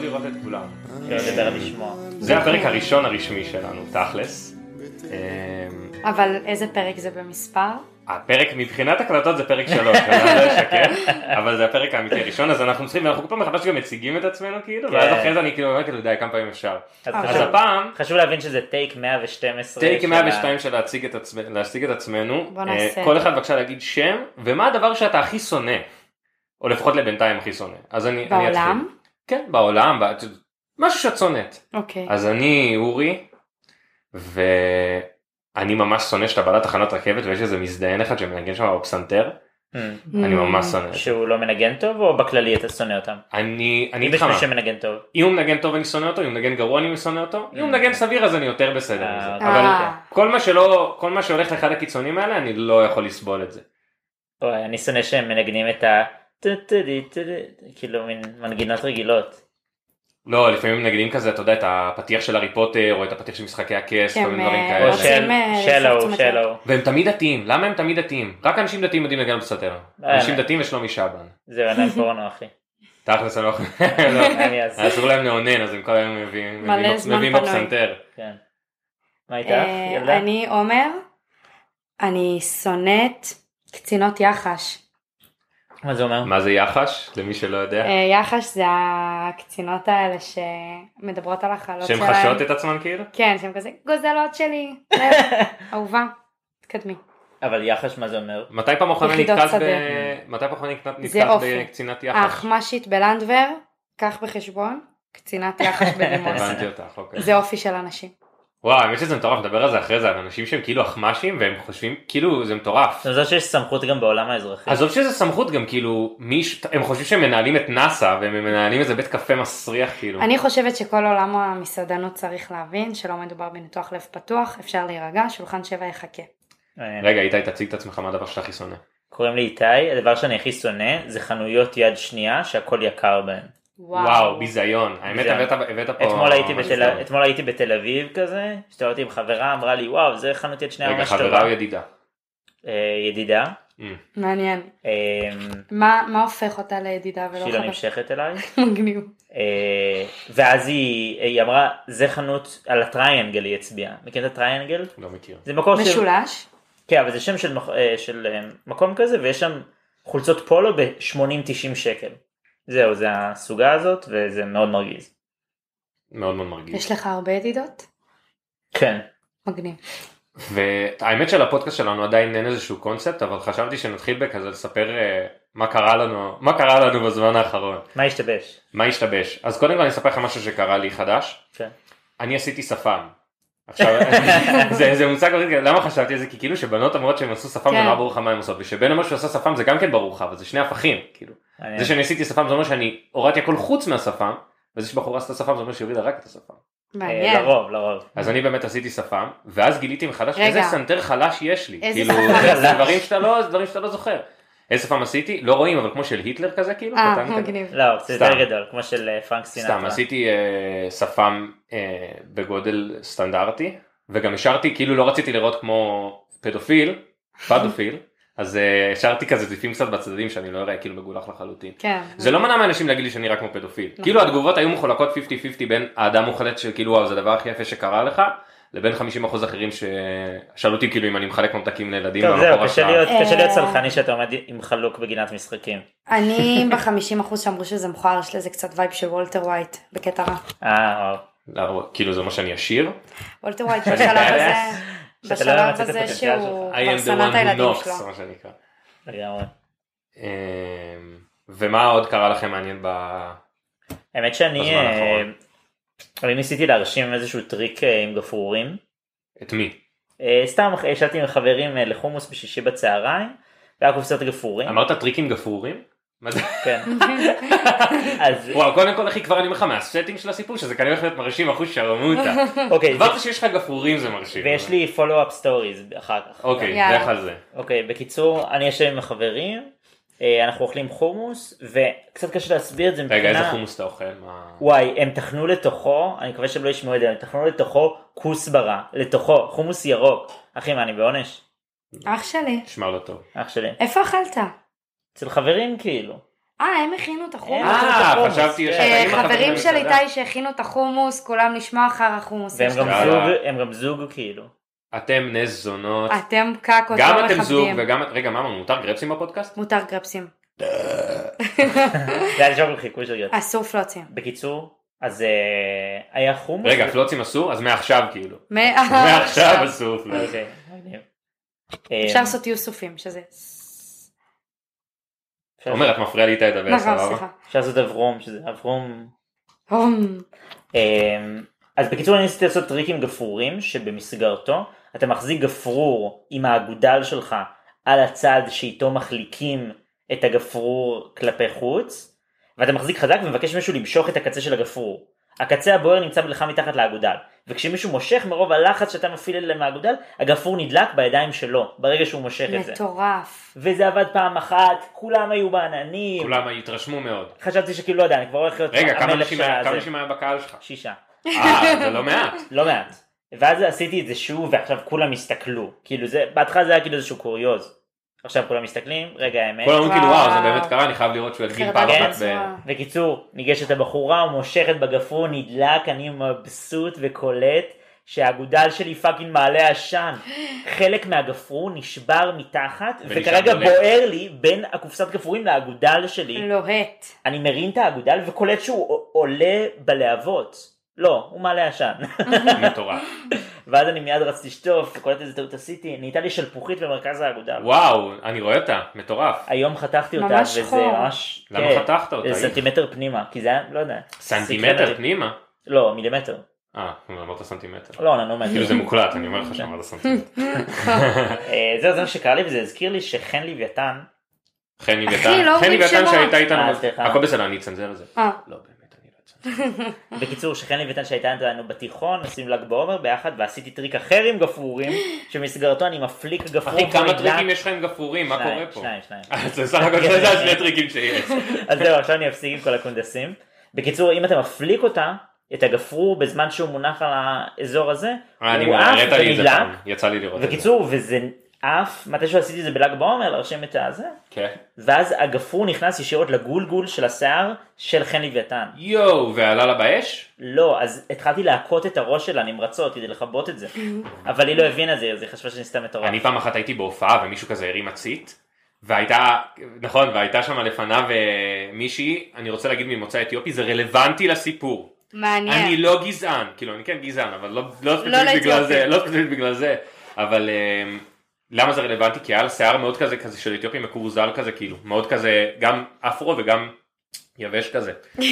לראות את כולם. לא לדבר לשמוע. זה הפרק הראשון הרשמי שלנו, תכלס. אבל איזה פרק זה במספר? הפרק מבחינת הקלטות זה פרק 3, אני לא אשקר, אבל זה הפרק האמיתי הראשון, אז אנחנו צריכים, ואנחנו כל פעם מחדש גם מציגים את עצמנו כאילו, ואז אחרי זה אני כאילו אומר כאילו די כמה פעמים אפשר. אז הפעם... חשוב להבין שזה טייק 112. טייק 102 של להציג את עצמנו. כל אחד בבקשה להגיד שם, ומה הדבר שאתה הכי שונא, או לפחות לבינתיים הכי שונא. אז אני אתחיל. בעולם? כן, בעולם, משהו שאת שונאת. אוקיי. אז אני אורי, אני ממש שונא שאתה בא לתחנת רכבת ויש איזה מזדיין אחד שמנגן שם בפסנתר. אני ממש שונא. שהוא לא מנגן טוב או בכללי אתה שונא אותם? אני אם יש מישהו שמנגן טוב. אם הוא מנגן טוב אני שונא אותו, אם הוא מנגן גרוע אני שונא אותו, אם הוא מנגן סביר אז אני יותר בסדר מזה. אבל כל מה שהולך לאחד הקיצונים האלה אני לא יכול לסבול את זה. אני שונא שהם מנגנים את כאילו מין מנגינות רגילות. לא, לפעמים מנגנים כזה, אתה יודע, את הפתיח של הארי פוטר, או את הפתיח של משחקי הכס, כל מיני דברים כאלה. או שלו. והם תמיד דתיים, למה הם תמיד דתיים? רק אנשים דתיים יודעים לנגן בסתר. אנשים דתיים ושלומי שבן. זהו, אין להם פורנו, אחי. תכלס, לא, אסור להם לעונן, אז הם כל היום מביאים בפסנתר. מה איתך, ילדה? אני עומר, אני שונאת קצינות יחש. מה זה אומר? מה זה יחש? למי שלא יודע. יחש זה הקצינות האלה שמדברות על החלות שלהם. שהן חשות את עצמן כאילו? כן, שהן כזה גוזלות שלי. אהובה, תקדמי. אבל יחש מה זה אומר? מתי פעם אחרונה נתקלת בקצינת יחש? האחמשית בלנדבר, קח בחשבון, קצינת יחש בדימוס. הבנתי אותך, אוקיי. זה אופי של אנשים. וואו, האמת שזה מטורף, נדבר על זה אחרי זה, על אנשים שהם כאילו אחמשים והם חושבים, כאילו זה מטורף. זה שיש סמכות גם בעולם האזרחי. עזוב שזה סמכות גם כאילו, הם חושבים שהם מנהלים את נאסא, והם מנהלים איזה בית קפה מסריח כאילו. אני חושבת שכל עולם המסעדנות צריך להבין, שלא מדובר בניתוח לב פתוח, אפשר להירגע, שולחן 7 יחכה. רגע, איתי, תציג את עצמך, מה הדבר שאתה הכי שונא? קוראים לי איתי, הדבר שאני הכי שונא זה חנויות יד שנייה שהכל יקר בהן. וואו, ביזיון. האמת הבאת פה... אתמול הייתי בתל אביב כזה, שתיארתי עם חברה, אמרה לי וואו, זה חנות יד שנייה ממש טובה. רגע, חברה או ידידה? ידידה. מעניין. מה הופך אותה לידידה ולא חברה? שהיא לא נמשכת אליי. מגניב. ואז היא אמרה, זה חנות על הטריינגל היא הצביעה. מכיר את הטריינגל? לא מכיר. זה מקום משולש? כן, אבל זה שם של מקום כזה, ויש שם חולצות פולו ב-80-90 שקל. זהו, זה הסוגה הזאת, וזה מאוד מרגיז. מאוד מאוד מרגיז. יש לך הרבה ידידות? כן. מגניב. והאמת של הפודקאסט שלנו עדיין אין איזשהו קונספט, אבל חשבתי שנתחיל בכזה לספר מה קרה לנו בזמן האחרון. מה השתבש? מה השתבש? אז קודם כל אני אספר לך משהו שקרה לי חדש. כן. אני עשיתי שפם. עכשיו, זה מוצג, למה חשבתי על זה? כי כאילו שבנות אמרות שהן עשו שפם, זה לא ברור לך מה הן עושות, ושבין אמרות שעושה שפם זה גם כן ברור לך, אבל זה שני הפכים, כאילו. זה שאני עשיתי שפם זה אומר שאני הורדתי הכל חוץ מהשפם, וזה שבחורה עשתה שפם זה אומר שהורידה רק את השפם. מעניין. לרוב. אז אני באמת עשיתי שפם, ואז גיליתי מחדש איזה סנטר חלש יש לי. כאילו, זה דברים שאתה לא זוכר. איזה שפם עשיתי? לא רואים, אבל כמו של היטלר כזה, כאילו. מגניב. לא, זה יותר גדול, כמו של פרנק סינטרה. סתם, עשיתי שפם בגודל סטנדרטי, וגם השארתי, כאילו לא רציתי לראות כמו פדופיל, אז השארתי כזה זיפים קצת בצדדים שאני לא אראה כאילו מגולח לחלוטין. כן. זה לא מנע מאנשים להגיד לי שאני רק כמו פדופיל. כאילו התגובות היו מחולקות 50-50 בין האדם מוחלט של כאילו וואו זה הדבר הכי יפה שקרה לך, לבין 50% אחרים ששאלו אותי כאילו אם אני מחלק ממתקים לילדים. טוב זהו, קשה להיות סלחני שאתה עומד עם חלוק בגינת משחקים. אני ב50% שאמרו שזה מכוער, יש לזה קצת וייב של וולטר ווייט בקטע רע. וואו. כאילו זה מה שאני אשיר? וולטר ווייט בשלב הזה שהוא כבר שנא את הילדים שלו. מה שנקרא. לגמרי. ומה עוד קרה לכם מעניין האמת שאני ניסיתי להרשים איזשהו טריק עם גפרורים. את מי? סתם ישבתי עם חברים לחומוס בשישי בצהריים, והיה קופסת גפרורים. אמרת טריק עם גפרורים? מה זה? כן. וואו, קודם כל אחי כבר אני אומר לך מהסטינג של הסיפור שזה כנראה להיות מרשים אחוז שרמוטה. כבר שיש לך גפרורים זה מרשים. ויש לי פולו-אפ סטוריז אחר כך. אוקיי, לך על זה. אוקיי, בקיצור אני יושב עם החברים, אנחנו אוכלים חומוס וקצת קשה להסביר את זה מבחינה. רגע, איזה חומוס אתה אוכל? וואי, הם תכנו לתוכו, אני מקווה שהם לא ישמעו את זה, הם תכנו לתוכו כוסברה, לתוכו, חומוס ירוק. אחי, מה, אני בעונש? אח שלי. שמע לא טוב. אח שלי. איפה אכלת? אצל חברים כאילו. הם הכינו את החומוס. חשבתי חברים של איתי שהכינו את החומוס, כולם לשמוע אחר החומוס. והם גם זוג כאילו. אתם נס זונות. אתם קקות, גם אתם זוג וגם, רגע, מה, מותר גרפסים בפודקאסט? מותר גרפסים. זה היה לשאול לחיקוי של גרפסים. אסור פלוצים. בקיצור, אז היה חומוס. רגע, פלוצים אסור? אז מעכשיו כאילו. מעכשיו אסור פלוצים. אפשר לעשות יוסופים, שזה... אומר, את מפריעה לי איתה לדבר, סבבה? אפשר לעשות אברום, שזה אברום... אז בקיצור אני ניסיתי לעשות טריק עם גפרורים, שבמסגרתו אתה מחזיק גפרור עם האגודל שלך על הצד שאיתו מחליקים את הגפרור כלפי חוץ, ואתה מחזיק חזק ומבקש מישהו למשוך את הקצה של הגפרור. הקצה הבוער נמצא לך מתחת לאגודל, וכשמישהו מושך מרוב הלחץ שאתה מפעיל אליהם מהאגודל, הגפרור נדלק בידיים שלו, ברגע שהוא מושך את זה. מטורף. וזה עבד פעם אחת, כולם היו בעננים. כולם התרשמו מאוד. חשבתי שכאילו לא יודע, אני כבר הולך להיות... רגע, כמה אנשים היה בקהל שלך? 6. זה לא מעט. לא מעט. ואז עשיתי את זה שוב, ועכשיו כולם הסתכלו. כאילו זה, בהתחלה זה היה כאילו איזשהו קוריוז. עכשיו כולם מסתכלים, רגע האמת. כולם כאילו וואו, זה באמת קרה, אני חייב לראות שהוא ידגיל פעם אחת. בקיצור, ניגשת הבחורה, הוא מושכת בגפרור, נדלק, אני מבסוט וקולט שהאגודל שלי פאקינג מעלה עשן. חלק מהגפרור נשבר מתחת, וכרגע בוער לי בין הקופסת גפרורים לאגודל שלי. לוהט. אני מרים את האגודל וקולט שהוא עולה בלהבות. לא, הוא מעלה עשן. מטורף. ואז אני מיד רציתי לשטוף, וקולט איזה טעות עשיתי, נהייתה לי שלפוחית במרכז האגודל. וואו, אני רואה אותה, מטורף. היום חתכתי אותה, וזה ממש... למה חתכת אותה? זה סנטימטר פנימה, כי זה היה, לא יודע. סנטימטר פנימה? לא, מילימטר. אמרת סנטימטר. לא, ננומטר. כאילו זה מוקלט, אני אומר לך שאמרת סנטימטר. זה מה שקרה לי, וזה הזכיר לי שחן לוויתן. חן לוויתן שהייתה איתנו, הכל בסדר, אני אצנזר את זה. לא באמת. בקיצור, שכן לוויתן שהייתה איתנו בתיכון, עשינו ל"ג בעומר ביחד, ועשיתי טריק אחר עם גפרורים, שמסגרתו אני מפליק גפרור. אחי, כמה טריקים יש לך עם גפרורים? מה קורה פה? שניים. זה סך הכל זה שני טריקים שיש. אז זהו, עכשיו אני אפסיק עם כל הקונדסים. בקיצור, אם אתה מפליק אותה, את הגפרור בזמן שהוא מונח על האזור הזה, הוא עף ונדלק. יצא לי לראות את זה. בקיצור, וזה עף, מתי שעשיתי את זה בל"ג בעומר, להרשים את הזה, ואז הגפרור נכנס ישירות לגולגול של השיער של חן לוויתן. יואו, ועלה לה באש? לא, אז התחלתי להכות את הראש שלה נמרצות כדי לכבות את זה, אבל היא לא הבינה את זה, אז היא חשבה שאני סתם מטורף. אני פעם אחת הייתי בהופעה ומישהו כזה הרים מצית, והייתה, נכון, והייתה שם לפניו מישהי, אני רוצה להגיד ממוצא אתיופי, זה רלוונטי לסיפור. מעניין. אני לא גזען, כאילו אני כן גזען, אבל לא ספציפית בגלל זה, אבל למה זה רלוונטי? כי היה לה שיער מאוד כזה של אתיופי מקורזל כזה, כאילו, מאוד כזה, גם אפרו וגם יבש כזה.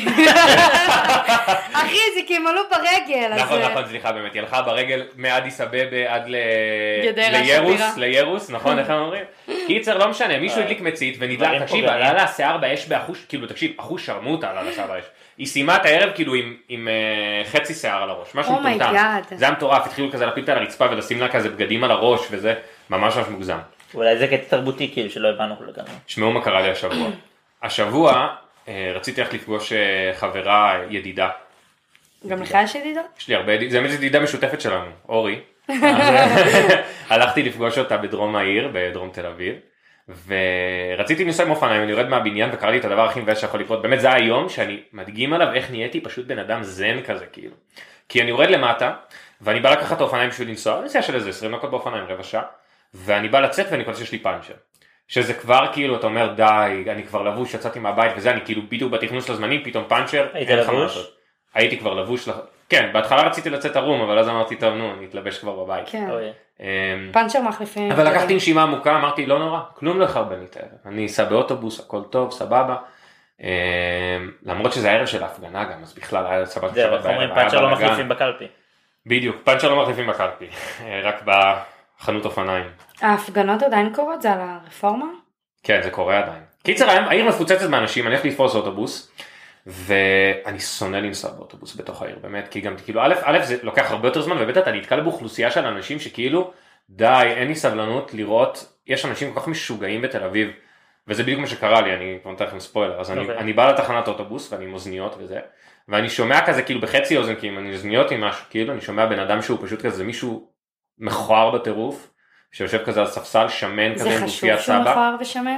אחי, זה כי הם עלו ברגל. נכון, סליחה באמת, היא הלכה ברגל מאדיס אבבה עד לירוס, נכון, איך הם אומרים? קיצר, לא משנה, מישהו הדליק מצית ונדלק, תקשיב, עלה לה שיער באש באחוש, כאילו תקשיב, אחוש שרמוטה עלה לה שיער באש. היא סיימה את הערב כאילו עם חצי שיער על הראש, משהו מטומטם. זה היה מטורף, התחילו כזה להפיל על הרצפה ולשים לה כזה בגדים על הראש וזה ממש מוגזם. אולי זה קטע תרבותי כאילו שלא הבנו לגמרי. שמעו מה קרה לי השבוע. השבוע רציתי איך לפגוש חברה ידידה. גם לך יש ידידות? יש לי הרבה ידידות, זה ידידה משותפת שלנו, אורי. הלכתי לפגוש אותה בדרום העיר, בדרום תל אביב. ורציתי לנסוע עם אופניים, אני יורד מהבניין וקראתי את הדבר הכי מבאס שיכול לקרות, באמת זה היום שאני מדגים עליו איך נהייתי פשוט בן אדם זן כזה כאילו, כי אני יורד למטה ואני בא לקחת את האופניים בשביל לנסוע, נסיעה של איזה 20 דקות באופניים, רבע שעה, ואני בא לצאת ואני קולט שיש לי פאנצ'ר, שזה כבר כאילו אתה אומר די, אני כבר לבוש, יצאתי מהבית וזה, אני כאילו בדיוק בתכנון של הזמנים, פתאום פאנצ'ר, הייתי כבר לבוש, כן, בהתחלה רציתי לצאת ערום, אבל אז אמרתי טוב נו, אני אתלבש כבר בבית. פאנצ'ר מחליפים. אבל לקחתי נשימה עמוקה, אמרתי לא נורא, כלום לא יחרבן לי את הערב, אני אסע באוטובוס, הכל טוב, סבבה, למרות שזה הערב של ההפגנה גם, אז בכלל היה סבבה של שבת בערב, פאנצ'ר לא מחליפים בקלפי. בדיוק, פאנצ'ר לא מחליפים בקלפי, רק בחנות אופניים. ההפגנות עדיין קורות? זה על הרפורמה? כן, זה קורה עדיין. קיצר, העיר מפוצצת באנשים, אני הולך לתפוס אוטובוס, ואני שונא לנסוע באוטובוס בתוך העיר, באמת, כי גם כאילו, א', זה לוקח הרבה יותר זמן, וב' אתה נתקל באוכלוסייה של אנשים שכאילו, די, אין לי סבלנות לראות, יש אנשים כל כך משוגעים בתל אביב, וזה בדיוק מה שקרה לי, אני כבר נתן לכם ספוילר, אז אני בא לתחנת אוטובוס, ואני עם אוזניות וזה, ואני שומע כזה כאילו בחצי אוזן, כי אם אני אוזניות עם משהו, כאילו, אני שומע בן אדם שהוא פשוט כזה, מישהו מכוער בטירוף, שיושב כזה על ספסל, שמן כזה, זה חשוב שהוא מכוער ושמן?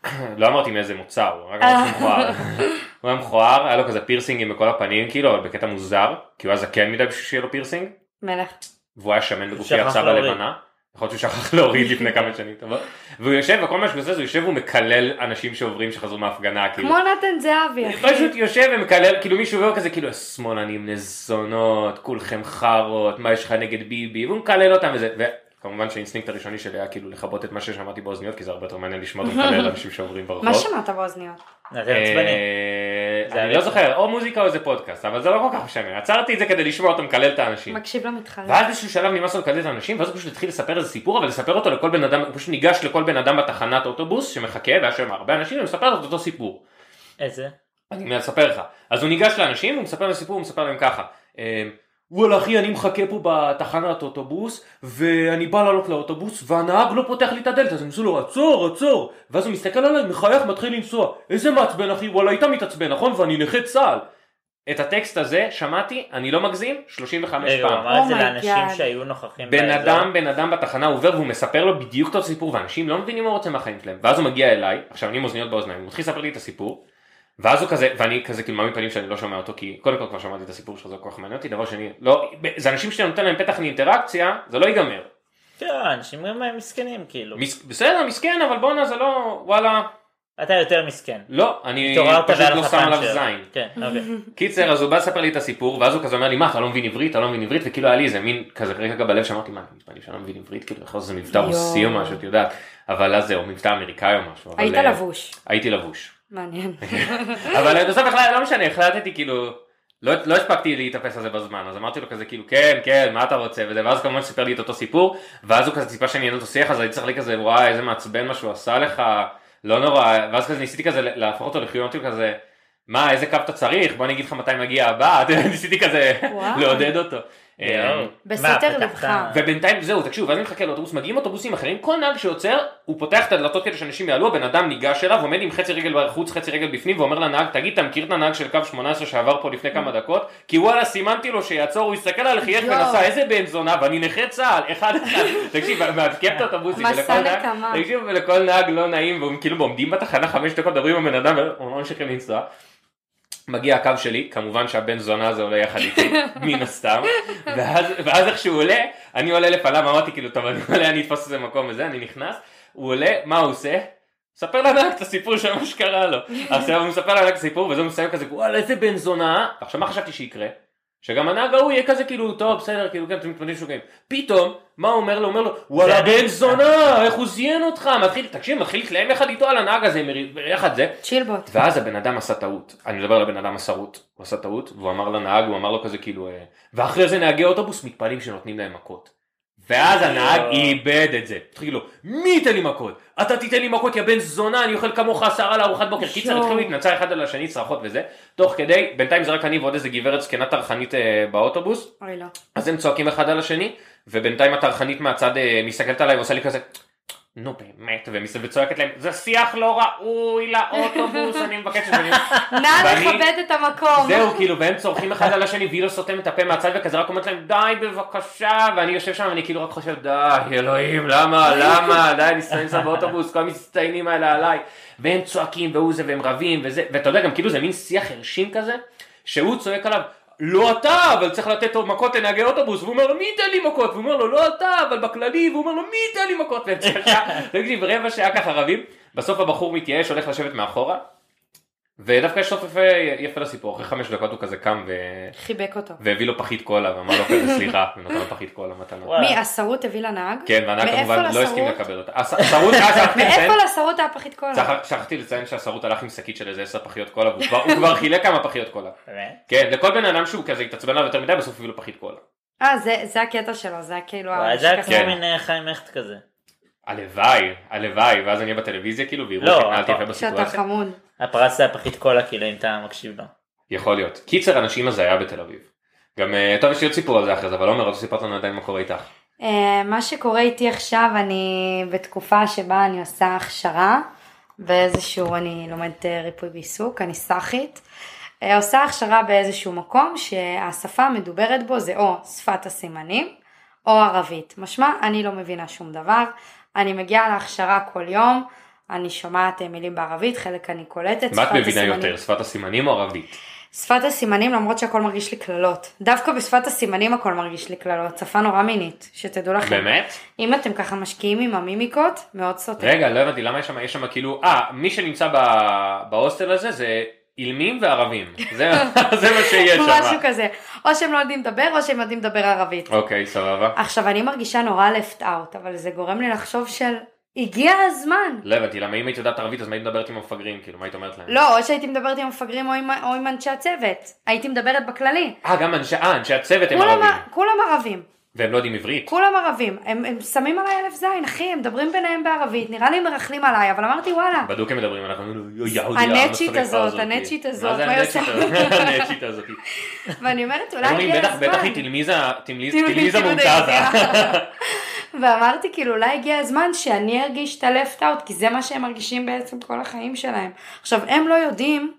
לא אמרתי מאיזה מוצר, רק אמרתי מכוער. הוא היה מכוער, היה לו כזה פירסינגים בכל הפנים, כאילו, אבל בקטע מוזר, כי הוא היה זקן מדי בשביל שיהיה לו פירסינג. מלך. והוא היה שמן בגופי עכשיו הלבנה. יכול להיות שהוא שכח להוריד לפני כמה שנים, טוב? והוא יושב, וכל מה שהוא עושה, הוא יושב ומקלל אנשים שעוברים שחזרו מההפגנה, כאילו. כמו נתן זהבי, אחי. פשוט יושב ומקלל, כאילו מישהו עובר כזה, כאילו, שמאלנים, נזונות, כולכם חרות, מה יש לך נגד ביבי, והוא מקלל אותם וזה, וכמובן שהאינסטינקט הראשוני שלי היה כאילו לכבות את מה ששמעתי באוזניות, כי זה הרבה יותר מעניין לשמוע ומקלל אנשים שעוברים ברחוב. מה שמעת באוזניות? אני לא זוכר, או מוזיקה או איזה פודקאסט, אבל זה לא כל כך משנה, עצרתי את זה כדי לשמוע אותו מקלל את האנשים. מקשיב למתחרה. ואז באיזשהו שלב נמאס לו לקלל את האנשים, ואז הוא פשוט התחיל לספר איזה סיפור, אבל לספר אותו לכל בן אדם, הוא פשוט ניגש לכל בן אדם בתחנת אוטובוס שמחכה, והיה שם הרבה אנשים, ומספר לו את אותו סיפור. איזה? אני מספר לך. אז הוא ניגש לאנשים, הוא מספר להם סיפור, הוא מספר להם ככה. וואלה אחי, אני מחכה פה בתחנת אוטובוס, ואני בא לעלות לאוטובוס, והנהג לא פותח לי את הדלת, אז אני מסו לו, עצור, ואז הוא מסתכל עליי, מחייך, מתחיל לנסוע, איזה מעצבן אחי, וואלה היית מתעצבן, נכון? ואני נכה צה"ל. את הטקסט הזה שמעתי, אני לא מגזים, 35 פעם. הוא אמר את זה לאנשים שהיו נוכחים. בן אדם בתחנה עובר, והוא מספר לו בדיוק את הסיפור, ואנשים לא מבינים מה הוא רוצה מהחיים שלהם. ואז הוא מגיע אליי, עכשיו אני עם אוזניות באוזניים, הוא מתחיל לספר לי את הסיפור, ואז הוא כזה, ואני כזה כאילו מפנים שאני לא שומע אותו, כי קודם כל כבר שמעתי את הסיפור שלו, זה כל כך מעניין אותי, דבר שני, לא, זה אנשים שאתה נותן להם פתח לאינטראקציה, זה לא ייגמר. כן, אנשים גם מסכנים כאילו. בסדר, מסכן, אבל בואנה זה לא, וואלה. אתה יותר מסכן. לא, אני פשוט לא שם עליו זין. קיצר, אז הוא בא לספר לי את הסיפור, ואז הוא כזה אומר לי, מה, אתה לא מבין עברית, וכאילו היה לי איזה מין כזה רגע בלב שאמרתי, מה, אני לא מבין עברית, כאילו, יכול להיות שזה מבטא רוסי או משהו, את יודעת, אבל אז זהו, מבטא אמריקאי או משהו. היית לבוש. הייתי לבוש. מעניין. אבל בסוף לא משנה, החלטתי כאילו, לא הספקתי להתאפס על זה בזמן, אז אמרתי לו כזה כאילו, כן, מה אתה רוצה, ואז כמובן סיפר לי את אותו סיפור, ואז הוא כזה ציפה שאני אענה אותו שיח, אז הייתי צריך לי כזה, וואי, איזה מעצבן מה שהוא עשה לך, לא נורא, ואז כזה ניסיתי כזה להפוך אותו לחיוב, אמרתי לו כזה, מה, איזה קו אתה צריך, בוא אני אגיד לך מתי מגיע הבא, ניסיתי כזה לעודד אותו. בסתר לבך. ובינתיים זהו, תקשיבו, ואז אני מחכה לאוטובוס, מגיעים אוטובוסים אחרים, כל נהג שיוצר, הוא פותח את הדלתות כדי שאנשים יעלו, הבן אדם ניגש אליו, עומד עם חצי רגל בחוץ, חצי רגל בפנים, ואומר לנהג, תגיד, אתה מכיר את הנהג של קו 18 שעבר פה לפני כמה דקות? כי וואלה, סימנתי לו שיעצור, הוא יסתכל על חייך ונסע, איזה בן זונה, ואני נכה צה"ל, אחד. תקשיב, מעדכן את האוטובוסים, ולכל נהג לא נעים, והם כאילו עומדים בתחנה 5 דקות, מדברים עם הבן אדם, והם ממשיכים לנסוע. מגיע הקו שלי, כמובן שהבן זונה הזה עולה יחד איתי, מן הסתם, ואז איך שהוא עולה, אני עולה לפניו, אמרתי כאילו, טוב, אני עולה, אני אתפוס איזה מקום וזה, אני נכנס, הוא עולה, מה הוא עושה? ספר לנהג את הסיפור של מה שקרה לו. עכשיו הוא מספר לנהג את הסיפור, וזה הוא מסיים כזה, וואלה, איזה בן זונה, עכשיו מה חשבתי שיקרה? שגם הנהג ההוא יהיה כזה כאילו, טוב, בסדר, כאילו, כן, אתם מתמודדים שוגעים. פתאום, מה הוא אומר לו? הוא אומר לו, וואלה, בן זונה, איך הוא זיין אותך? מתחיל להתלהם יחד איתו על הנהג הזה, יחד זה. צ'ילבוט. ואז הבן אדם עשה טעות. אני מדבר על הבן אדם השרוט. הוא עשה טעות, והוא אמר לנהג, הוא אמר לו כזה כאילו, ואחרי זה נהגי אוטובוס מתפעלים שנותנים להם מכות. ואז הנהג איבד את זה. התחיל לו, מי ייתן לי מכות? אתה תיתן לי מכות, יא בן זונה, אני אוכל כמוך 10 על ארוחת בוקר. קיצר, התחילו להתנצר אחד על השני, צרחות וזה. תוך כדי, בינתיים זה רק אני ועוד איזה גברת זקנה טרחנית באוטובוס. אוי לא. אז הם צועקים אחד על השני, ובינתיים הטרחנית מהצד מסתכלת עליי ועושה לי כזה, נו באמת, וצועקת להם, זה שיח לא ראוי לאוטובוס, אני מבקש שזה... נא לכבד את המקום. זהו, כאילו, והם צורכים אחד על השני, והיא לא סותם את הפה מהצד, וכזה רק אומרת להם, די בבקשה, ואני יושב שם, ואני כאילו רק חושב, די, אלוהים, למה, די, נסתיים באוטובוס, כל המסתיינים האלה עליי, והם צועקים, והוא זה, והם רבים, וזה, ואתה יודע, גם כאילו זה מין שיח הרשים כזה, שהוא צועק עליו, לא אתה, אבל צריך לתת לו מכות לנהגי אוטובוס, והוא אומר לו, מי ייתן לי מכות? והוא אומר לו, לא אתה, אבל בכללי, והוא אומר לו, מי ייתן לי מכות? תקשיב, רבע שעה ככה רבים, בסוף הבחור מתייאש, הולך לשבת מאחורה, ודווקא יש סוף יפה לסיפור, אחרי 5 דקות הוא כזה קם חיבק אותו. והביא לו פחית קולה, ואמר לו כזה סליחה, ונותן לו פחית קולה מתנה. מי, השרוט הביא לנהג? כן, והנהג כמובן לא הסכים לקבל אותה. מאיפה לשרוט היה פחית קולה? שכחתי לציין שהשרוט הלך עם שקית של איזה 10 פחיות קולה, הוא כבר חילק כמה פחיות קולה. כן, לכל בן אדם שהוא כזה התעצבן עליו יותר מדי, בסוף הביא לו פחית קולה. זה הקטע שלו, זה כאילו... זה כמו מין חיים הכט כזה. הלוואי, ואז אני אהיה בטלוויזיה כאילו, ויראו שהתנהלתי יפה בסיטואציה. שאתה חמוד. הפרס זה הפחית קולה, כאילו אם אתה מקשיב לו. יכול להיות. קיצר, אנשים הזה היה בתל אביב. גם, טוב, יש לי עוד סיפור על זה אחרי זה, אבל לא אומר, עוד סיפרת לנו עדיין מה קורה איתך. מה שקורה איתי עכשיו, אני בתקופה שבה אני עושה הכשרה, באיזשהו, אני לומדת ריפוי בעיסוק, אני סאחית, עושה הכשרה באיזשהו מקום, שהשפה המדוברת בו זה או שפת הסימנים, או ערבית. משמע, אני לא מבינה שום דבר, אני מגיעה להכשרה כל יום, אני שומעת מילים בערבית, חלק אני קולטת. מה את מבינה יותר, שפת הסימנים או ערבית? שפת הסימנים, למרות שהכל מרגיש לי כללות. דווקא בשפת הסימנים הכל מרגיש לי כללות. שפה נורא מינית, שתדעו לכם. באמת? אם אתם ככה משקיעים עם המימיקות, מאוד סותר. רגע, לא הבנתי, למה יש שם כאילו, מי שנמצא בהוסטל הזה זה אילמים וערבים. זה מה שיש שם. משהו כזה. או שהם לא יודעים לדבר, או שהם יודעים לדבר ערבית. אוקיי, סבבה. עכשיו, אני מרגישה נורא left out, אבל זה גורם לי לחשוב של... הגיע הזמן. לא הבנתי, למה אם היית יודעת ערבית אז מה היית מדברת עם המפגרים, כאילו, מה היית אומרת להם? לא, או שהייתי מדברת עם המפגרים או עם אנשי הצוות. הייתי מדברת בכללי. גם אנשי הצוות הם ערבים. כולם ערבים. והם לא יודעים עברית. כולם ערבים. הם שמים עליי אלף זין, אחי, הם מדברים ביניהם בערבית. נראה לי הם מרחלים עליי, אבל אמרתי וואלה. בדוק הם מדברים, אנחנו הנצ'ית הזאת. מה זה הנצ'ית הזאת? ואני אומרת, אולי הגיע הזמן. בטח היא תלמיזה מומתזה. ואמרתי כאילו אולי הגיע הזמן שאני ארגיש את ה-left out, כי זה מה שהם מרגישים בעצם כל החיים שלהם. עכשיו הם לא יודעים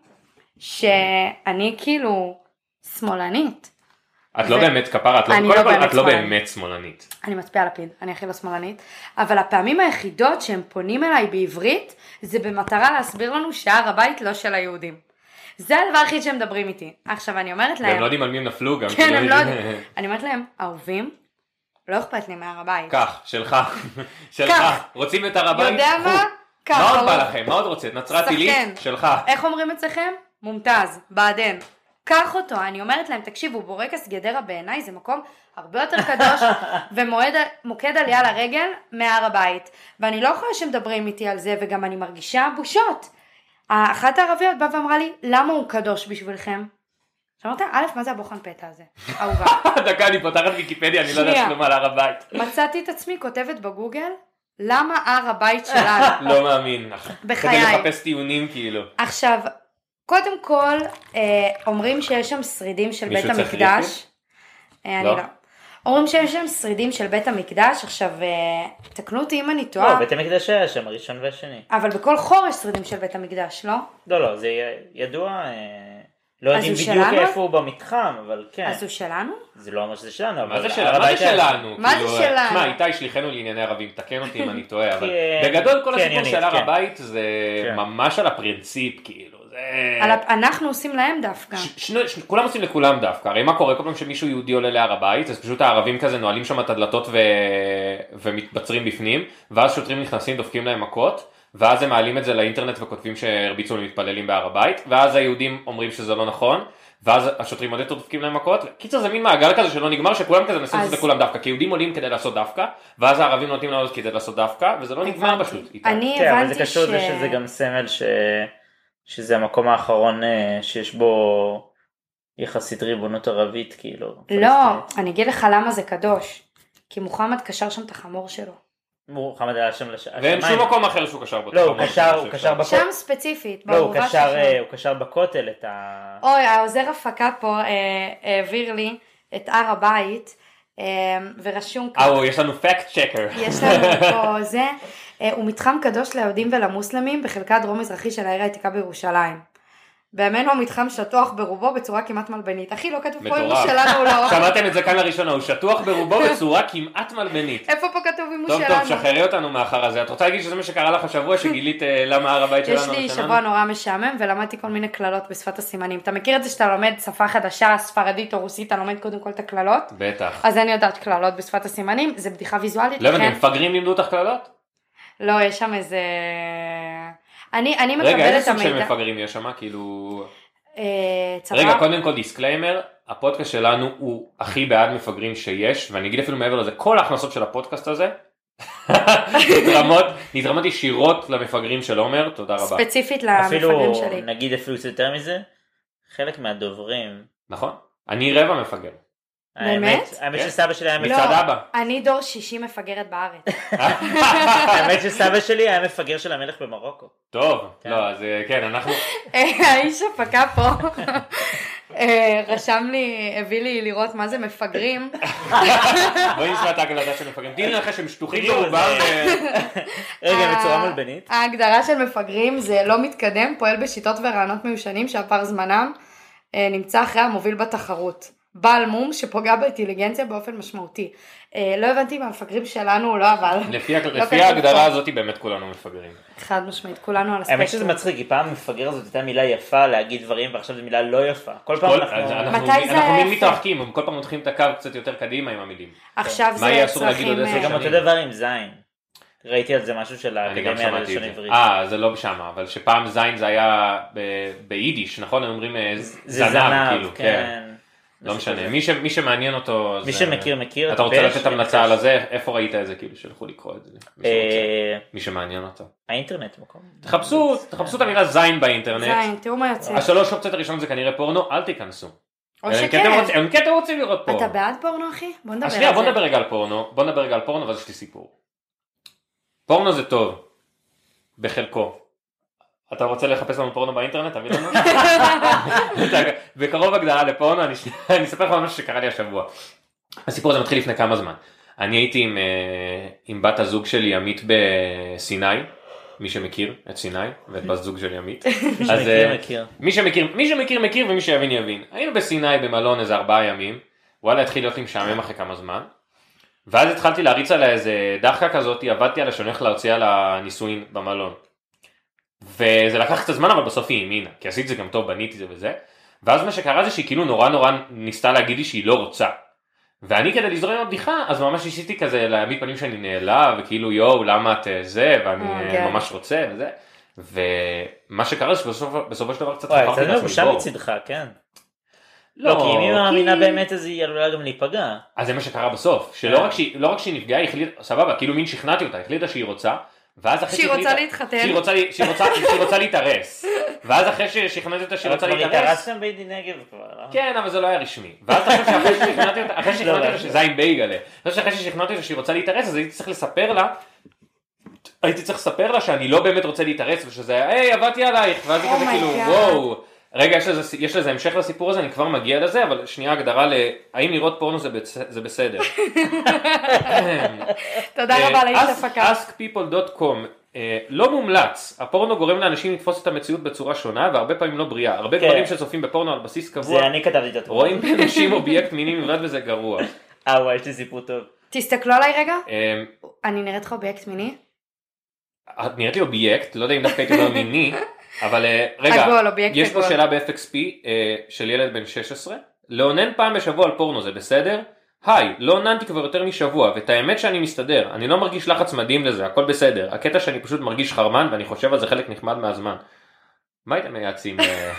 שאני כאילו שמאלנית. את לא באמת כפרה, את לא באמת שמאלנית. אני מצביעה לפיד, אני הכי לא שמאלנית, אבל הפעמים היחידות שהם פונים אליי בעברית, זה במטרה להסביר לנו שהר הבית לא של היהודים. זה הדבר הכי שהם מדברים איתי. עכשיו אני אומרת להם... והם לא יודעים על מי הם נפלו גם. כן, הם לא יודעים. אני אומרת להם, אהובים, לא אכפת לי מהר הבית. כך, שלך. רוצים את הר הבית? יודע מה? מה עוד בא לכם? מה עוד רוצה? נצרת עילית? שלך. איך אומרים אצלכם? מומתז, בעדן. קח אותו, אני אומרת להם, תקשיבו, בורקס גדרה בעיניי זה מקום הרבה יותר קדוש ומוקד עלייה לרגל מהר הבית. ואני לא יכולה שמדברים איתי על זה, וגם אני מרגישה בושות. אחת הערביות באה ואמרה לי, למה הוא קדוש בשבילכם? שאמרת, מה זה הבוחן פתע הזה? אהובה. דקה, אני פותחת ויקיפדיה, אני לא יודעת כלום על הר הבית. מצאתי את עצמי כותבת בגוגל, למה הר הבית שלנו? לא מאמין. בחיי. כדי לחפש טיעונים כאילו. עכשיו, קודם כל, אומרים שיש שם שרידים של בית המקדש. אני לא. אומרים שיש שם שרידים של בית המקדש, עכשיו, תקנו אותי אם אני טועה. לא, בית המקדש היה שם, הראשון והשני. אבל בכל חור יש שרידים של בית המקדש, לא? לא, זה ידוע, לא יודעים בדיוק איפה הוא במתחם, אבל כן. אז הוא שלנו? זה לא אומר שזה שלנו. מה זה שלנו? מה זה שלנו? תשמע, איתי שליחנו לענייני ערבים, תקן אותי אם אני טועה, אבל בגדול כל הסיפור של הר הבית זה ממש על הפרינציפ, כאילו. אנחנו עושים להם דווקא. כולם עושים לכולם דווקא. הרי מה קורה כל פעם שמישהו יהודי עולה להר הבית, אז פשוט הערבים כזה נועלים שם את הדלתות ומתבצרים בפנים, ואז שוטרים נכנסים, דופקים להם מכות, ואז הם מעלים את זה לאינטרנט וכותבים שהרביצו למתפללים בהר הבית, ואז היהודים אומרים שזה לא נכון, ואז השוטרים עוד יותר דופקים להם מכות. קיצר זה מין מעגל כזה שלא נגמר, שכולם כזה נסים את זה לכולם דווקא, כי יהודים עולים כדי לעשות דווקא, ואז הערבים נותנים לעלות כדי לעשות דווקא, וזה לא נגמר פשוט. אני כן, אבל זה קשור לזה שזה גם סמל שזה המקום האחרון שיש בו יחסית ריבונות ערבית, כאילו. לא, אני אגיד לך למה זה קדוש, כי מוחמד קשר שם את החמור שלו. מוחמד היה שם לשמיים. ואין שום מקום אחר שהוא קשר בו. לא, הוא קשר בכותל. שם ספציפית, לא, הוא קשר בכותל את ה... אוי, העוזר הפקה פה העביר לי את הר הבית, ורשום כך. יש לנו פקט צ'קר. יש לנו פה זה. הוא מתחם קדוש ליהודים ולמוסלמים בחלקה הדרום-מזרחי של העיר העתיקה בירושלים. בימינו המתחם שטוח ברובו בצורה כמעט מלבנית. אחי, לא כתוב פה אם הוא שלנו או לא. שמעתם את זה כאן לראשונה, הוא שטוח ברובו בצורה כמעט מלבנית. איפה פה כתוב אם הוא שלנו? טוב, שחררי אותנו מאחר הזה. את רוצה להגיד שזה מה שקרה לך השבוע, שגילית למה הר הבית שלנו? יש לי שבוע נורא משעמם ולמדתי כל מיני קללות בשפת הסימנים. אתה מכיר את זה שאתה לומד שפה חדשה, ספרדית או רוסית, אתה לומד קודם כל את הקללות? בטח. אז אני יודעת קללות בשפת הסימנים, זה בדיחה ויזואלית. לא, הם מפגרים לימדו אותך קללות? לא, יש שם איזה... אני מקבלת רגע, איזה סוג של מפגרים יש שם? כאילו... רגע, קודם כל דיסקליימר, הפודקאסט שלנו הוא הכי בעד מפגרים שיש, ואני אגיד אפילו מעבר לזה, כל ההכנסות של הפודקאסט הזה נתרמות ישירות למפגרים של עומר, תודה רבה. ספציפית למפגרים שלי. נגיד אפילו יותר מזה, חלק מהדוברים. נכון, אני רבע מפגר. באמת? האמת שסבא שלי היה מצד אבא. אני דור 60 מפגרת בארץ. האמת שסבא שלי היה מפגר של המלך במרוקו. טוב, לא, אז כן, אנחנו... האיש הפקה פה רשם לי, הביא לי לראות מה זה מפגרים. בואי נשמע את ההגלדה של מפגרים. תראי לך שהם שטוחים ברובם. רגע, בצורה מלבנית. ההגדרה של מפגרים זה לא מתקדם, פועל בשיטות ורעיונות מיושנים שעבר זמנם, נמצא אחרי המוביל בתחרות. בעל מום שפוגע באינטליגנציה באופן משמעותי. לא הבנתי אם המפגרים שלנו או לא, אבל... לפי ההגדרה הזאת באמת כולנו מפגרים. חד משמעית, כולנו על הספקטרום. האמת שזה מצחיק, כי פעם מפגר הזאת הייתה מילה יפה להגיד דברים, ועכשיו זו מילה לא יפה. כל פעם אנחנו מין מתרחקים, כל פעם מתחילים את הקו קצת יותר קדימה עם המילים. עכשיו זה צרכים... זה גם אותו דבר עם זין. ראיתי על זה משהו של האקדמיה ללשון עברית. זה לא בשמה, אבל שפעם זין זה היה ביידיש, נכון? הם אומרים זנב, כאילו, כן. לא משנה, מי שמעניין אותו, מי שמכיר מכיר. אתה רוצה לתת המלצה על זה? איפה ראית את זה? כאילו שלחו לקרוא את זה. מי שמעניין אותו. האינטרנט מקום. תחפשו את המילה זין באינטרנט. זין, תראו מה יוצא. 3 אופציות הראשון זה כנראה פורנו, אל תיכנסו. או שכן. הם כן רוצים לראות פורנו. אתה בעד פורנו אחי? בוא נדבר על זה. שנייה, בוא נדבר רגע על פורנו, ואז יש לי סיפור. פורנו זה טוב. בחלקו. אתה רוצה לחפש לנו פורנו באינטרנט? תביא לנו. בקרוב הגדרה לפורנו, אני אספר לך משהו שקרה לי השבוע. הסיפור הזה מתחיל לפני כמה זמן. אני הייתי עם בת הזוג שלי עמית בסיני, מי שמכיר את סיני ואת בת זוג שלי עמית. מי שמכיר מכיר ומי שיבין יבין. היינו בסיני במלון איזה 4 ימים, וואלה התחיל להיות לי משעמם אחרי כמה זמן. ואז התחלתי להריץ עליה איזה דחקה כזאת, עבדתי על השונך להוציא על הנישואין במלון. וזה לקח קצת זמן, אבל בסוף היא האמינה, כי עשיתי זה גם טוב, בניתי זה וזה. ואז מה שקרה זה שהיא כאילו נורא ניסתה להגיד לי שהיא לא רוצה. ואני כדי לזרום עם הבדיחה, אז ממש ניסיתי כזה להעמיד פנים שאני נעלב, וכאילו יואו, למה את זה, ואני ממש רוצה וזה. ומה שקרה זה שבסופו של דבר קצת חפרתי לעצמי בור. בושה מצידך, כן. לא, כי אם היא מאמינה באמת אז היא עלולה גם להיפגע. אז זה מה שקרה בסוף, שלא רק שהיא נפגעה, היא החליטה, סבבה, כאילו מין שכנעתי אותה, החליטה שהיא רוצה, ואז אחרי שהיא רוצה להתחתן, שהיא רוצה להתארס, ואז אחרי ששכנעתי אותה שהיא רוצה להתארס, כבר התארסתם ביידי נגב כבר, כן, אבל זה לא היה רשמי, ואז אחרי ששכנעתי אותה שזה עם בייגלה, אחרי ששכנעתי אותה שהיא רוצה להתארס, אז הייתי צריך לספר לה שאני לא באמת רוצה להתארס, ושזה היה, היי, עבדתי עלייך, ואז היא כזה כאילו, וואו, רגע, יש לזה המשך לסיפור הזה, אני כבר מגיע לזה, אבל שנייה הגדרה האם לראות פורנו זה בסדר. תודה רבה לאיש הפקה. askpeople.com לא מומלץ, הפורנו גורם לאנשים לתפוס את המציאות בצורה שונה, והרבה פעמים לא בריאה. הרבה גברים שצופים בפורנו על בסיס קבוע, זה אני כתבתי את התורה. רואים באנשים אובייקט מיני מלבד וזה גרוע. וואי, יש לי סיפור טוב. תסתכלו עליי רגע. אני נראית לך אובייקט מיני? את נראית לי אובייקט, לא יודע אם דווקא הייתי אומר מיני. אבל רגע, יש פה שאלה ב-FXP של ילד בן 16, לאונן פעם בשבוע על פורנו זה בסדר? היי, לא אוננתי כבר יותר משבוע, ואת האמת שאני מסתדר, אני לא מרגיש לחץ מדהים לזה, הכל בסדר, הקטע שאני פשוט מרגיש חרמן, ואני חושב על זה חלק נחמד מהזמן. מה הייתם מייעצים?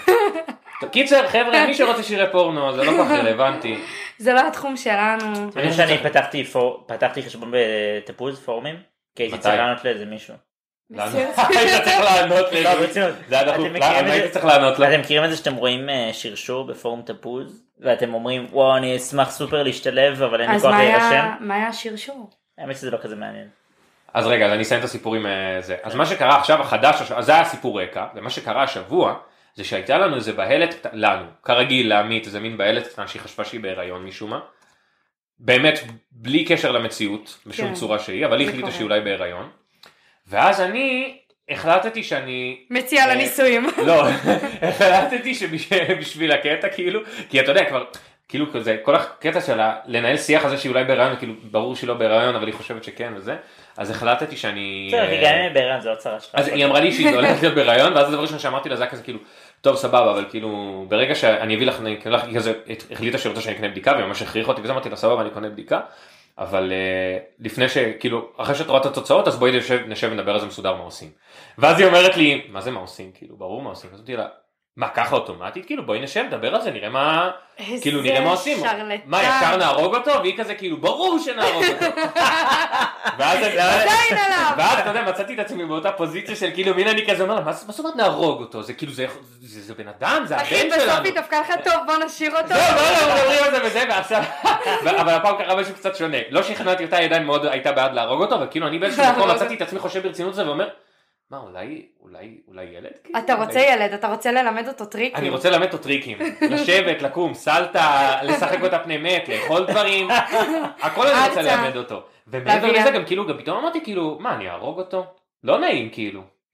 קיצר, חבר'ה, מי שרוצה שירי פורנו, זה לא כל כך רלוונטי. זה לא התחום שלנו. אני חושב שאני פתחתי חשבון בתפוז פורומים, כי הייתי צריך לענות לאיזה מישהו. היית צריך לענות לי, זה הדחוף, הייתי צריך לענות לה. אתם מכירים את זה שאתם רואים שרשור בפורום תפוז ואתם אומרים וואו אני אשמח סופר להשתלב אבל אין לי כוח להירשם? אז מה היה השרשור? האמת שזה לא כזה מעניין. אז רגע, אני אסיים את הסיפור עם זה. אז מה שקרה עכשיו החדש, זה היה סיפור רקע, ומה שקרה השבוע זה שהייתה לנו איזה בהלת, לנו, כרגיל לעמית, איזה מין בהלת קטנה שהיא חשבה שהיא בהיריון משום מה, באמת בלי קשר למציאות בשום צורה שהיא, אבל היא החליטה שהיא אולי בהיריון. ואז אני החלטתי שאני... מציע לניסויים. לא, החלטתי שבשביל הקטע כאילו, כי אתה יודע כבר, כאילו כזה, כל הקטע שלה, לנהל שיח הזה שהיא אולי בהיריון, כאילו ברור שהיא לא בהיריון, אבל היא חושבת שכן וזה, אז החלטתי שאני... טוב, היא גם בהיריון, זה עוד צרה שלך. אז היא אמרה לי שהיא הולכת להיות בהיריון, ואז הדבר ראשון שאמרתי לה זה היה כזה כאילו, טוב סבבה, אבל כאילו, ברגע שאני אביא לך, היא כזה החליטה שהיא רוצה שאני אקנה בדיקה, והיא ממש הכריחה אותי, וזה אמרתי לה סבבה, אני קונה בדיקה. אבל לפני שכאילו אחרי שאת רואה את התוצאות אז בואי נשב ונדבר על זה מסודר מה עושים. ואז היא אומרת לי מה זה מה עושים כאילו ברור מה עושים. אז אמרתי לה מה ככה אוטומטית כאילו בואי נשב נדבר על זה נראה מה כאילו נראה מה עושים. מה ישר נהרוג אותו והיא כזה כאילו ברור שנהרוג אותו. ואז אתה יודע מצאתי את עצמי באותה פוזיציה של כאילו מין אני כזה אומר מה זאת אומרת נהרוג אותו זה כאילו זה בן אדם זה הבן שלנו. אחי בסוף היא דווקא לך טוב בוא נשאיר אותו. לא מדברים על זה וזה ועכשיו אבל הפעם קרה משהו קצת שונה לא שכנעתי אותה עדיין מאוד הייתה בעד להרוג אותו אבל כאילו אני באיזשהו מקום מצאתי את עצמי חושב ברצינות זה ואומר מה אולי ילד? אתה רוצה ילד, אתה רוצה ללמד אותו טריקים. אני רוצה ללמד אותו טריקים, לשבת, לקום, סלטה, לשחק אותה פני מת, לאכול דברים, הכל אני רוצה ללמד אותו. ומעבר לזה גם כאילו, גם פתאום אמרתי כאילו, מה אני אהרוג אותו? לא נעים כאילו.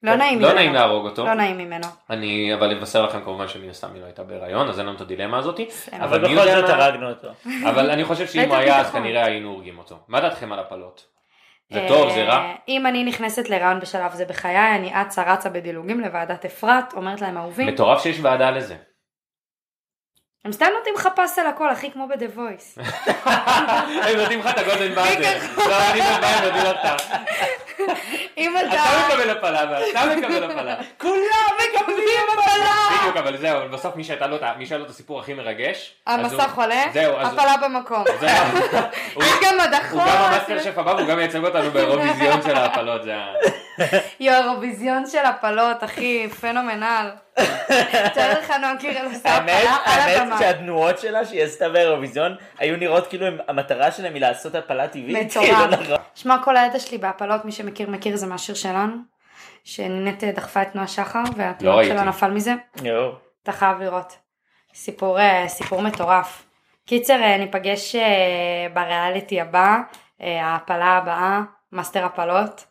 לא נעים לא נעים להרוג אותו. לא נעים ממנו. אבל אבשר לכם כמובן שמן הסתם היא לא הייתה בהיריון, אז אין לנו את הדילמה הזאת. אבל בכל זאת הרגנו אותו. אבל אני חושב שאם הוא היה אז כנראה היינו הורגים אותו. מה דעתכם על הפלות? זה טוב, זה רע? אם אני נכנסת להיריון בשלב זה בחיי, אני רצה בדילוגים לוועדת אפרת, אומרת להם אהובים. מטורף שיש ועדה לזה. הם סתם נותנים לך פס על הכל, הכי כמו ב-The Voice. הם נותנים לך את הגולדן באזר. לא, אני בבית נותנים אותה. אתה מקבל הפלה, כולם מקבלים הפלה. בדיוק, אבל זהו, בסוף מי שהיה לו את הסיפור הכי מרגש. המסך עולה, הפלה במקום. גם הדחות. הוא גם המאסטר שף הבא, והוא גם ייצג אותנו באירוויזיון של ההפלות. אירוויזיון של הפלות, אחי, פנומנל. תאר לך נועם קירל עושה הפלה על הבמה. האמת שהתנועות שלה שהיא עשתה באירוויזיון היו נראות כאילו המטרה שלהם היא לעשות הפלה טבעית. מצורף. שמע, כל הידע שלי בהפלות, מי שמכיר זה מהשיר שלנו, שנינט דחפה את נועה שחר והתנועות שלו נפל מזה. אתה חייב לראות. סיפור מטורף. קיצר, ניפגש בריאליטי הבא, ההפלה הבאה, מאסטר הפלות.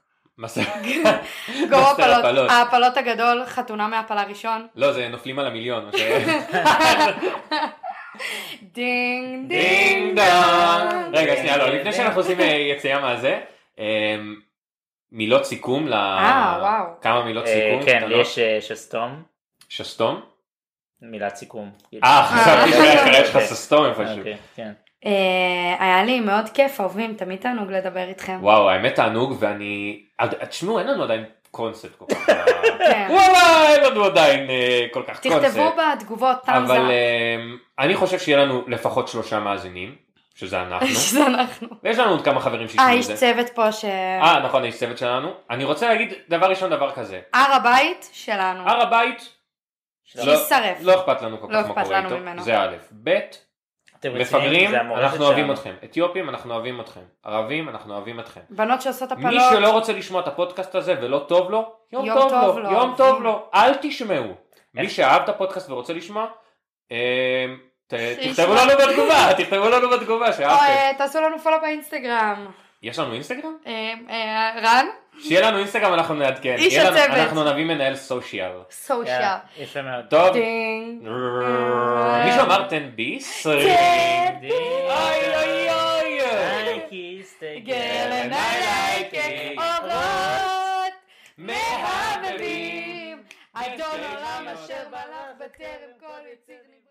גור הפלות הגדול, חתונה מהפלה ראשון. לא, זה נופלים על המיליון. דינג דינג דונג. רגע, שנייה, לא, לפני שאנחנו עושים יציאה מהזה, מילות סיכום, כמה מילות סיכום? כן, יש שסתום. שסתום? מילת סיכום. חשבתי שיש לך שסתום איפשהו. כן. היה לי מאוד כיף, אהובים, תמיד תענוג לדבר איתכם. וואו, האמת תענוג, ואני... תשמעו, אין לנו עדיין קונספט כל כך. וואלה, אין לנו עדיין כל כך קונספט. תכתבו בתגובות, תמזה. אבל אני חושב שיהיה לנו לפחות 3 מאזינים, שזה אנחנו. ויש לנו עוד כמה חברים שישמעו את זה. יש צוות פה נכון, יש צוות שלנו. אני רוצה להגיד דבר ראשון, דבר כזה. הר הבית שלנו. הר הבית, שישרף. לא אכפת לנו כל כך מה קורה איתו. זה א', ב', מפגרים, אנחנו אוהבים אתכם. אתיופים, אנחנו אוהבים אתכם. ערבים, אנחנו אוהבים אתכם. בנות שעושות הפלות. מי שלא רוצה לשמוע את הפודקאסט הזה ולא טוב לו, יום טוב לו. אל תשמעו. מי שאהב את הפודקאסט ורוצה לשמוע, תכתבו לנו בתגובה שאהבתם. תעשו לנו פולו באינסטגרם. יש לנו אינסטגרם? רן? שיהיה לנו אינסטגרם אנחנו נעדכן. איש הצוות. אנחנו נביא מנהל סושיאל. יפה מאוד. טוב. דינג. מישהו אמר 10 ביס? 10 ביס. אוי אוי אוי. I kissed a girl and I like it. אורות מהבהבים. אדון עולם אשר בלך בטרם כל יציר